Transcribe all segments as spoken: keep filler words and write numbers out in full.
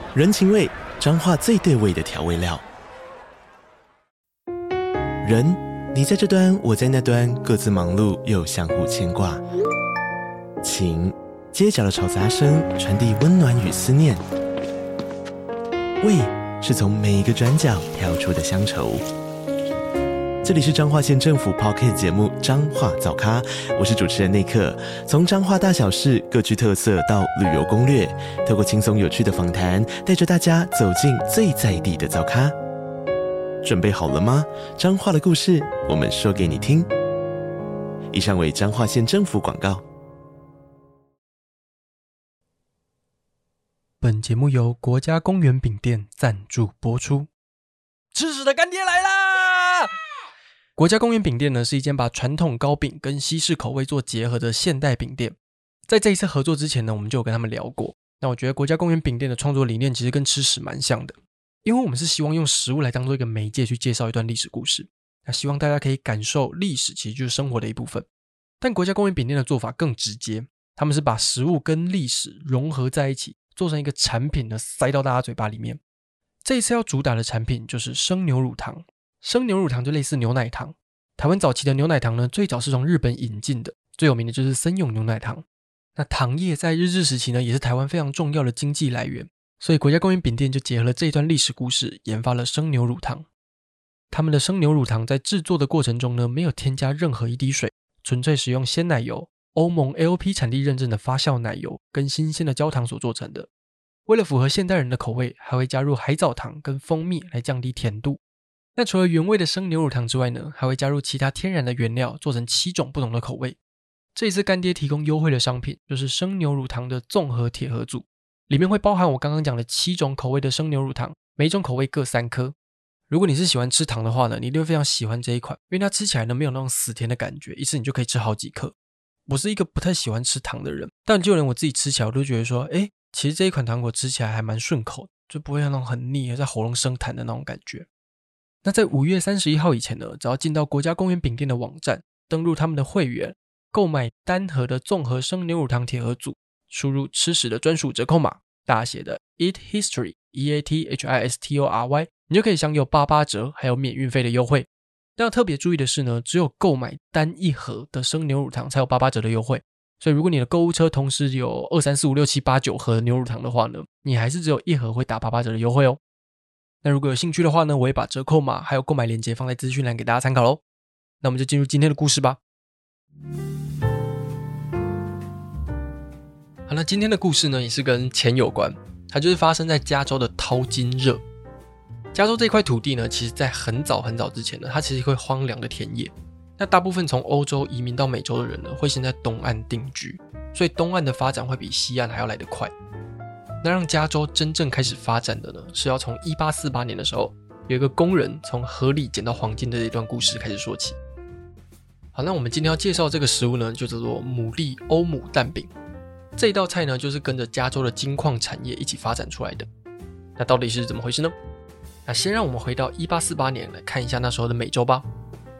人情味，彰化最对味的调味料。人，你在这端，我在那端，各自忙碌又相互牵挂。情，街角的吵杂声传递温暖与思念。味，是从每一个转角跳出的乡愁。这里是彰化县政府 Podcast 节目《彰化早咖》，我是主持人内克。从彰化大小事各具特色到旅游攻略，透过轻松有趣的访谈，带着大家走进最在地的早咖。准备好了吗？彰化的故事，我们说给你听。以上为彰化县政府广告。 本节目由国家公园饼店赞助播出。吃屎的干爹来啦！国家公园饼店呢，是一间把传统糕饼跟西式口味做结合的现代饼店。在这一次合作之前呢，我们就有跟他们聊过。那我觉得国家公园饼店的创作理念其实跟吃屎蛮像的，因为我们是希望用食物来当做一个媒介去介绍一段历史故事。那希望大家可以感受历史其实就是生活的一部分。但国家公园饼店的做法更直接，他们是把食物跟历史融合在一起，做成一个产品呢，塞到大家嘴巴里面。这一次要主打的产品就是生牛乳糖。生牛乳糖就类似牛奶糖，台湾早期的牛奶糖呢，最早是从日本引进的，最有名的就是森永牛奶糖。那糖业在日治时期呢，也是台湾非常重要的经济来源，所以国家公园饼店就结合了这一段历史故事，研发了生牛乳糖。他们的生牛乳糖在制作的过程中呢，没有添加任何一滴水，纯粹使用鲜奶油、欧盟 A O P 产地认证的发酵奶油跟新鲜的焦糖所做成的。为了符合现代人的口味，还会加入海藻糖跟蜂蜜来降低甜度。那除了原味的生牛乳糖之外呢，还会加入其他天然的原料，做成七种不同的口味。这一次干爹提供优惠的商品就是生牛乳糖的综合铁盒组，里面会包含我刚刚讲的七种口味的生牛乳糖，每种口味各三颗。如果你是喜欢吃糖的话呢，你一定会非常喜欢这一款，因为它吃起来呢没有那种死甜的感觉，一次你就可以吃好几颗。我是一个不太喜欢吃糖的人，但就连我自己吃起来我都觉得说，诶，其实这一款糖果吃起来还蛮顺口的，就不会有那种很腻在喉咙生痰的那种感觉。那在五月三十一号以前呢，只要进到国家公园饼店的网站，登入他们的会员，购买单盒的综合生牛乳糖铁盒组，输入吃屎的专属折扣码，大写的 Eat History E A T H I S T O R Y， 你就可以享有八八折还有免运费的优惠。但要特别注意的是呢，只有购买单一盒的生牛乳糖才有八八折的优惠，所以如果你的购物车同时有二三四五六七八九盒的牛乳糖的话呢，你还是只有一盒会打八八折的优惠哦。那如果有兴趣的话呢，我也把折扣码还有购买链接放在资讯栏给大家参考咯。那我们就进入今天的故事吧。好，那今天的故事呢，也是跟钱有关，它就是发生在加州的淘金热。加州这块土地呢，其实在很早很早之前呢，它其实是一块荒凉的田野。那大部分从欧洲移民到美洲的人呢，会先在东岸定居，所以东岸的发展会比西岸还要来得快。那让加州真正开始发展的呢，是要从一八四八年的时候，有一个工人从河里捡到黄金的这段故事开始说起。好，那我们今天要介绍这个食物呢，就叫做牡蛎欧姆蛋饼。这一道菜呢，就是跟着加州的金矿产业一起发展出来的。那到底是怎么回事呢？那先让我们回到一八四八年来看一下那时候的美洲吧。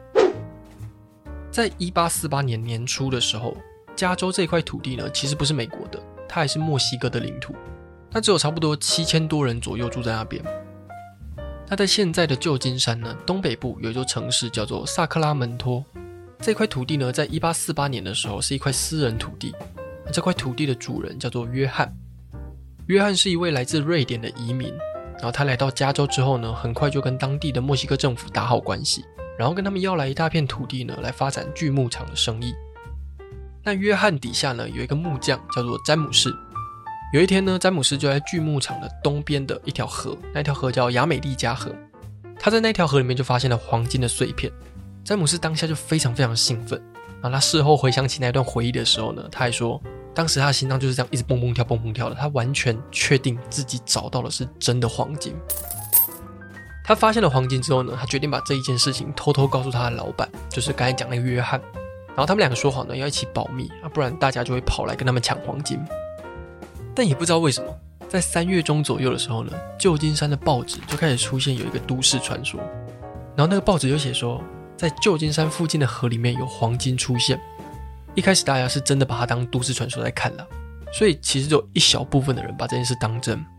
在一八四八年年初的时候，加州这块土地呢，其实不是美国的，它还是墨西哥的领土。那只有差不多七千多人左右住在那边。那在现在的旧金山呢，东北部有一座城市叫做萨克拉门托。这块土地呢，在一八四八年的时候是一块私人土地。那这块土地的主人叫做约翰。约翰是一位来自瑞典的移民，然后他来到加州之后呢，很快就跟当地的墨西哥政府打好关系，然后跟他们要来一大片土地呢，来发展锯木厂的生意。那约翰底下呢，有一个木匠叫做詹姆士。有一天呢，詹姆斯就在锯木厂的东边的一条河，那条河叫亚美利加河。他在那条河里面就发现了黄金的碎片。詹姆斯当下就非常非常兴奋，然后他事后回想起那段回忆的时候呢，他还说当时他的心脏就是这样一直蹦蹦跳蹦蹦跳的，他完全确定自己找到的是真的黄金。他发现了黄金之后呢，他决定把这一件事情偷偷告诉他的老板，就是刚才讲那个约翰。然后他们两个说好呢，要一起保密啊，不然大家就会跑来跟他们抢黄金。但也不知道为什么，在三月中左右的时候呢，旧金山的报纸就开始出现有一个都市传说，然后那个报纸就写说，在旧金山附近的河里面有黄金出现。一开始大家是真的把它当都市传说在看啦，所以其实只有一小部分的人把这件事当真。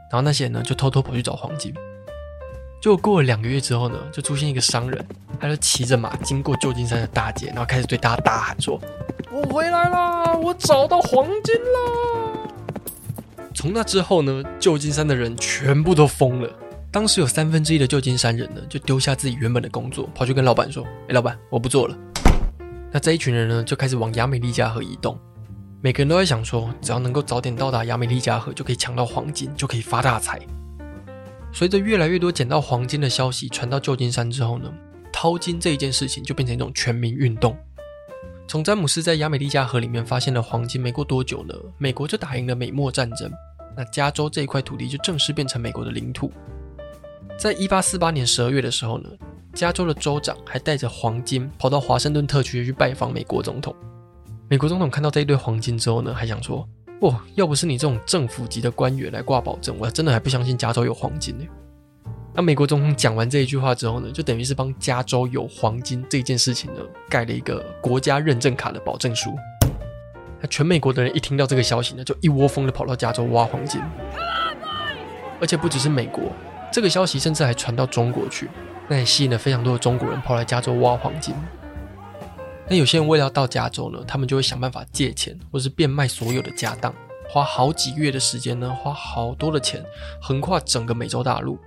然后那些人呢就偷偷跑去找黄金。结果过了两个月之后呢，就出现一个商人，他就骑着马经过旧金山的大街，然后开始对大家大喊说：我回来啦，我找到黄金啦！从那之后呢，旧金山的人全部都疯了。当时有三分之一的旧金山人呢，就丢下自己原本的工作，跑去跟老板说：哎，老板，我不做了。那这一群人呢，就开始往亚美利加河移动。每个人都在想说，只要能够早点到达亚美利加河，就可以抢到黄金，就可以发大财。随着越来越多捡到黄金的消息传到旧金山之后呢，淘金这一件事情就变成一种全民运动。从詹姆斯在亚美利加河里面发现了黄金没过多久呢，美国就打赢了美墨战争，那加州这一块土地就正式变成美国的领土。在一八四八年十二月的时候呢，加州的州长还带着黄金跑到华盛顿特区去拜访美国总统。美国总统看到这一堆黄金之后呢，还想说：哇，要不是你这种政府级的官员来挂保证，我真的还不相信加州有黄金呢。那美国总统讲完这一句话之后呢，就等于是帮加州有黄金这件事情呢盖了一个国家认证卡的保证书。那全美国的人一听到这个消息呢，就一窝蜂的跑到加州挖黄金。而且不只是美国，这个消息甚至还传到中国去，那也吸引了非常多的中国人跑来加州挖黄金。那有些人为了要到加州呢，他们就会想办法借钱，或是变卖所有的家当，花好几个月的时间呢，花好多的钱，横跨整个美洲大陆。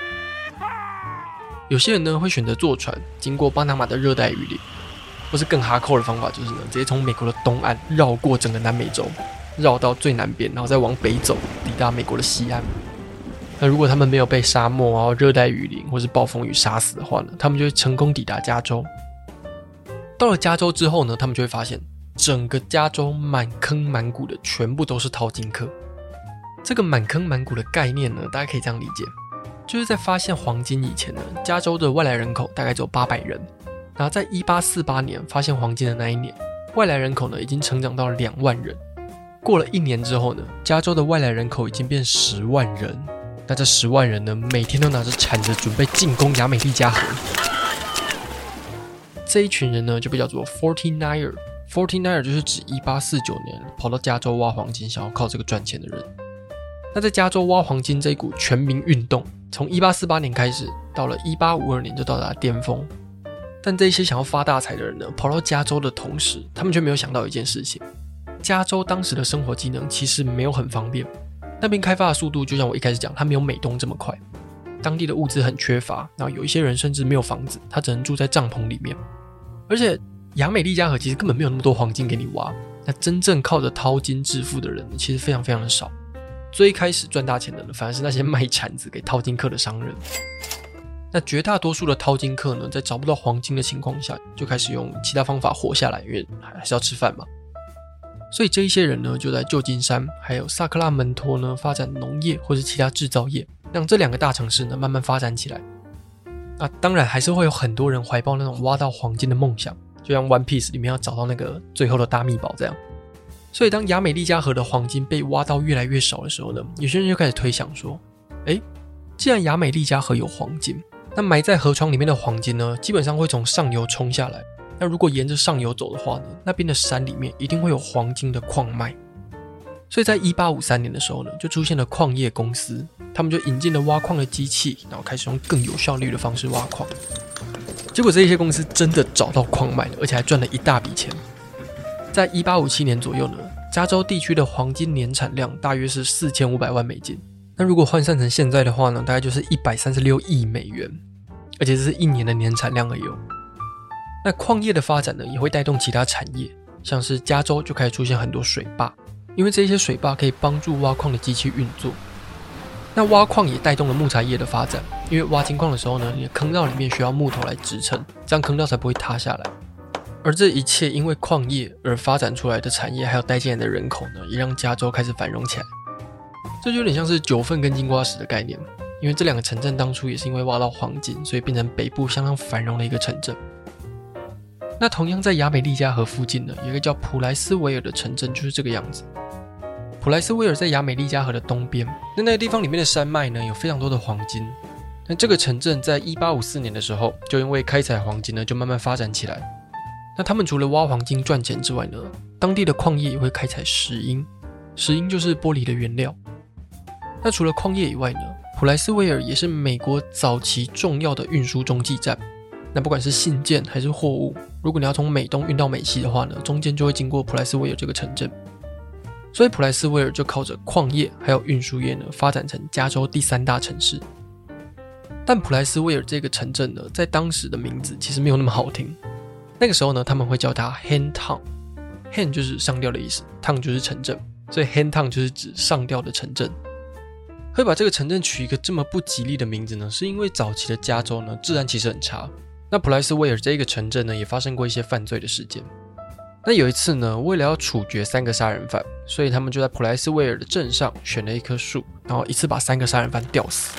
有些人呢会选择坐船，经过巴拿马的热带雨林，或是更哈扣的方法，就是呢直接从美国的东岸绕过整个南美洲，绕到最南边，然后再往北走，抵达美国的西岸。那如果他们没有被沙漠啊、热带雨林或是暴风雨杀死的话呢，他们就会成功抵达加州。到了加州之后呢，他们就会发现整个加州满坑满谷的全部都是淘金客。这个满坑满谷的概念呢，大家可以这样理解，就是在发现黄金以前呢，加州的外来人口大概只有八百人，然后在一八四八年发现黄金的那一年，外来人口呢已经成长到两万人。过了一年之后呢，加州的外来人口已经变十万人。那这十万人呢，每天都拿着铲子准备进攻亚美利加河。这一群人呢，就被叫做 forty-niner。forty-niner 就是指一八四九年跑到加州挖黄金，想要靠这个赚钱的人。那在加州挖黄金这一股全民运动，从一八四八年开始，到了一八五二年就到达巅峰。但这些想要发大财的人呢，跑到加州的同时，他们却没有想到一件事情：加州当时的生活机能其实没有很方便，那边开发的速度就像我一开始讲，它没有美东这么快。当地的物资很缺乏，然后有一些人甚至没有房子，他只能住在帐篷里面。而且亚美利加河其实根本没有那么多黄金给你挖，那真正靠着淘金致富的人呢，其实非常非常的少。最一开始赚大钱的呢，反而是那些卖铲子给淘金客的商人。那绝大多数的淘金客呢，在找不到黄金的情况下，就开始用其他方法活下来，因为还是要吃饭嘛。所以这一些人呢，就在旧金山还有萨克拉门托呢，发展农业或是其他制造业，让这两个大城市呢慢慢发展起来。啊，当然还是会有很多人怀抱那种挖到黄金的梦想，就像 One Piece 里面要找到那个最后的大秘宝这样。所以当亚美利加河的黄金被挖到越来越少的时候呢，有些人就开始推想说，诶，既然亚美利加河有黄金，那埋在河床里面的黄金呢，基本上会从上游冲下来。那如果沿着上游走的话呢，那边的山里面一定会有黄金的矿脉。所以在一八五三年的时候呢，就出现了矿业公司，他们就引进了挖矿的机器，然后开始用更有效率的方式挖矿。结果这些公司真的找到矿脉了，而且还赚了一大笔钱。在一八五七年左右呢，加州地区的黄金年产量大约是四千五百万美金。那如果换算成现在的话呢，大概就是一百三十六亿美元，而且这是一年的年产量而已哦。那矿业的发展呢，也会带动其他产业，像是加州就开始出现很多水坝，因为这些水坝可以帮助挖矿的机器运作。那挖矿也带动了木材业的发展，因为挖金矿的时候呢，你的坑道里面需要木头来支撑，这样坑道才不会塌下来。而这一切因为矿业而发展出来的产业，还有带进来的人口呢，也让加州开始繁荣起来。这就有点像是九份跟金瓜石的概念，因为这两个城镇当初也是因为挖到黄金，所以变成北部相当繁荣的一个城镇。那同样在亚美利加河附近呢，有一个叫普莱斯维尔的城镇，就是这个样子。普莱斯维尔在亚美利加河的东边，那那个地方里面的山脉呢，有非常多的黄金。那这个城镇在一八五四年的时候，就因为开采黄金呢，就慢慢发展起来。那他们除了挖黄金赚钱之外呢，当地的矿业也会开采石英，石英就是玻璃的原料。 那除了矿业以外呢，普莱斯维尔也是美国早期重要的运输中继站。那不管是信件还是货物，如果你要从美东运到美西的话呢，中间就会经过普莱斯维尔这个城镇。所以普莱斯维尔就靠着矿业还有运输业呢，发展成加州第三大城市。但普莱斯维尔这个城镇呢，在当时的名字其实没有那么好听。那个时候呢，他们会叫它 Hen Town，Hen 就是上吊的意思， Town 就是城镇，所以 Hen Town 就是指上吊的城镇。会把这个城镇取一个这么不吉利的名字呢，是因为早期的加州呢，治安其实很差。那普莱斯维尔这个城镇呢，也发生过一些犯罪的事件。那有一次呢，为了要处决三个杀人犯，所以他们就在普莱斯维尔的镇上选了一棵树，然后一次把三个杀人犯吊死。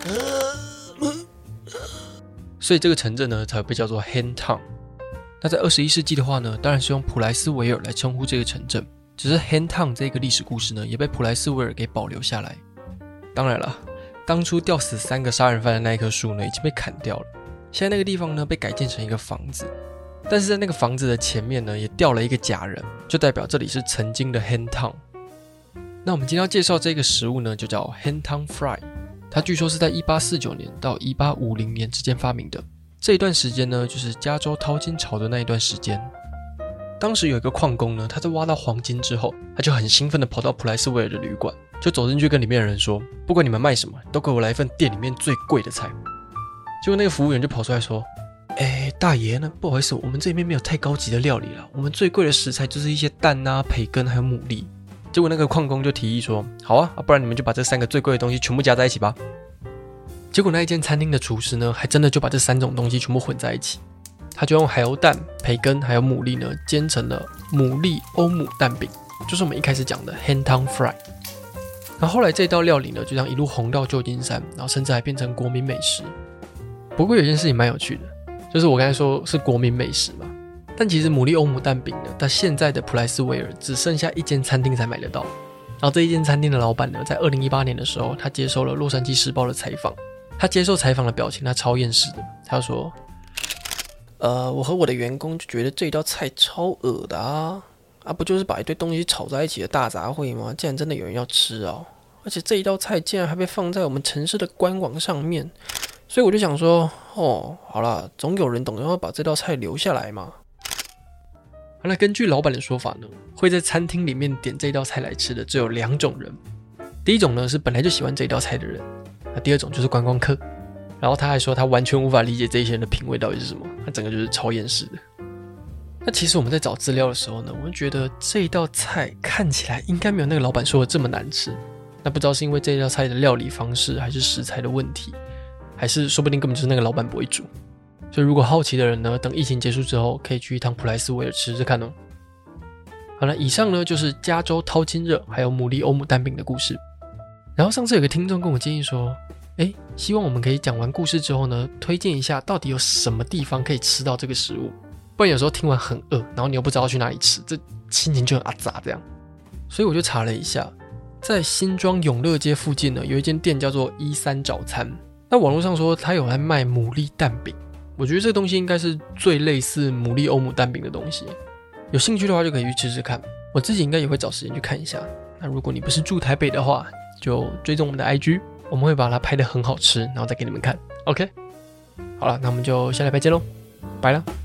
所以这个城镇呢，才会被叫做 Hen Town。那在二十一世纪的话呢，当然是用普莱斯维尔来称呼这个城镇。只是 Hen Town 这个历史故事呢，也被普莱斯维尔给保留下来。当然了，当初吊死三个杀人犯的那一棵树呢，已经被砍掉了。现在那个地方呢，被改建成一个房子，但是在那个房子的前面呢，也吊了一个假人，就代表这里是曾经的 Hen Town。那我们今天要介绍这个食物呢，就叫 Hen Town Fry。它据说是在一八四九年到一八五零年之间发明的。这一段时间呢，就是加州淘金潮的那一段时间。当时有一个矿工呢，他在挖到黄金之后，他就很兴奋的跑到普莱斯维尔的旅馆，就走进去跟里面的人说，不管你们卖什么，都给我来一份店里面最贵的菜。结果那个服务员就跑出来说，哎，大爷呢，不好意思，我们这边没有太高级的料理了，我们最贵的食材就是一些蛋啊、培根还有牡蛎。结果那个矿工就提议说，好啊，不然你们就把这三个最贵的东西全部加在一起吧。结果那一间餐厅的厨师呢，还真的就把这三种东西全部混在一起。他就用海鸥蛋、培根还有牡蛎呢，煎成了牡蛎欧姆蛋饼，就是我们一开始讲的 Hen Town Fry。然后后来这道料理呢，就这样一路红到旧金山，然后甚至还变成国民美食。不过有件事情蛮有趣的，就是我刚才说是国民美食嘛，但其实牡蛎欧姆蛋饼呢，在现在的普莱斯维尔只剩下一间餐厅才买得到。然后这一间餐厅的老板呢，在二零一八年的时候，他接受了洛杉矶时报的采访。他接受采访的表情，他超厌世的。他说：“呃，我和我的员工就觉得这一道菜超恶的啊，啊，不就是把一堆东西炒在一起的大杂烩吗？竟然真的有人要吃哦！而且这一道菜竟然还被放在我们城市的官网上面，所以我就想说，哦，好啦，总有人懂得要把这道菜留下来嘛。”那根据老板的说法呢，会在餐厅里面点这道菜来吃的只有两种人。第一种呢，是本来就喜欢这道菜的人。那第二种就是观光客，然后他还说他完全无法理解这些人的品味到底是什么，他整个就是超厌世的。那其实我们在找资料的时候呢，我们觉得这一道菜看起来应该没有那个老板说的这么难吃。那不知道是因为这一道菜的料理方式，还是食材的问题，还是说不定根本就是那个老板不会煮。所以如果好奇的人呢，等疫情结束之后，可以去一趟普莱斯维尔吃吃看哦。好了，以上呢就是加州淘金热还有牡蛎欧姆蛋饼的故事。然后上次有个听众跟我建议说，诶，希望我们可以讲完故事之后呢，推荐一下到底有什么地方可以吃到这个食物，不然有时候听完很饿，然后你又不知道去哪里吃，这心情就很阿杂这样。所以我就查了一下，在新庄永乐街附近呢，有一间店叫做一三早餐。那网络上说它有来卖牡蛎蛋饼，我觉得这个东西应该是最类似牡蛎欧姆蛋饼的东西。有兴趣的话就可以去吃吃看，我自己应该也会找时间去看一下。那如果你不是住台北的话，就追踪我们的 I G， 我们会把它拍得很好吃，然后再给你们看。OK， 好了，那我们就下礼拜见咯，拜了。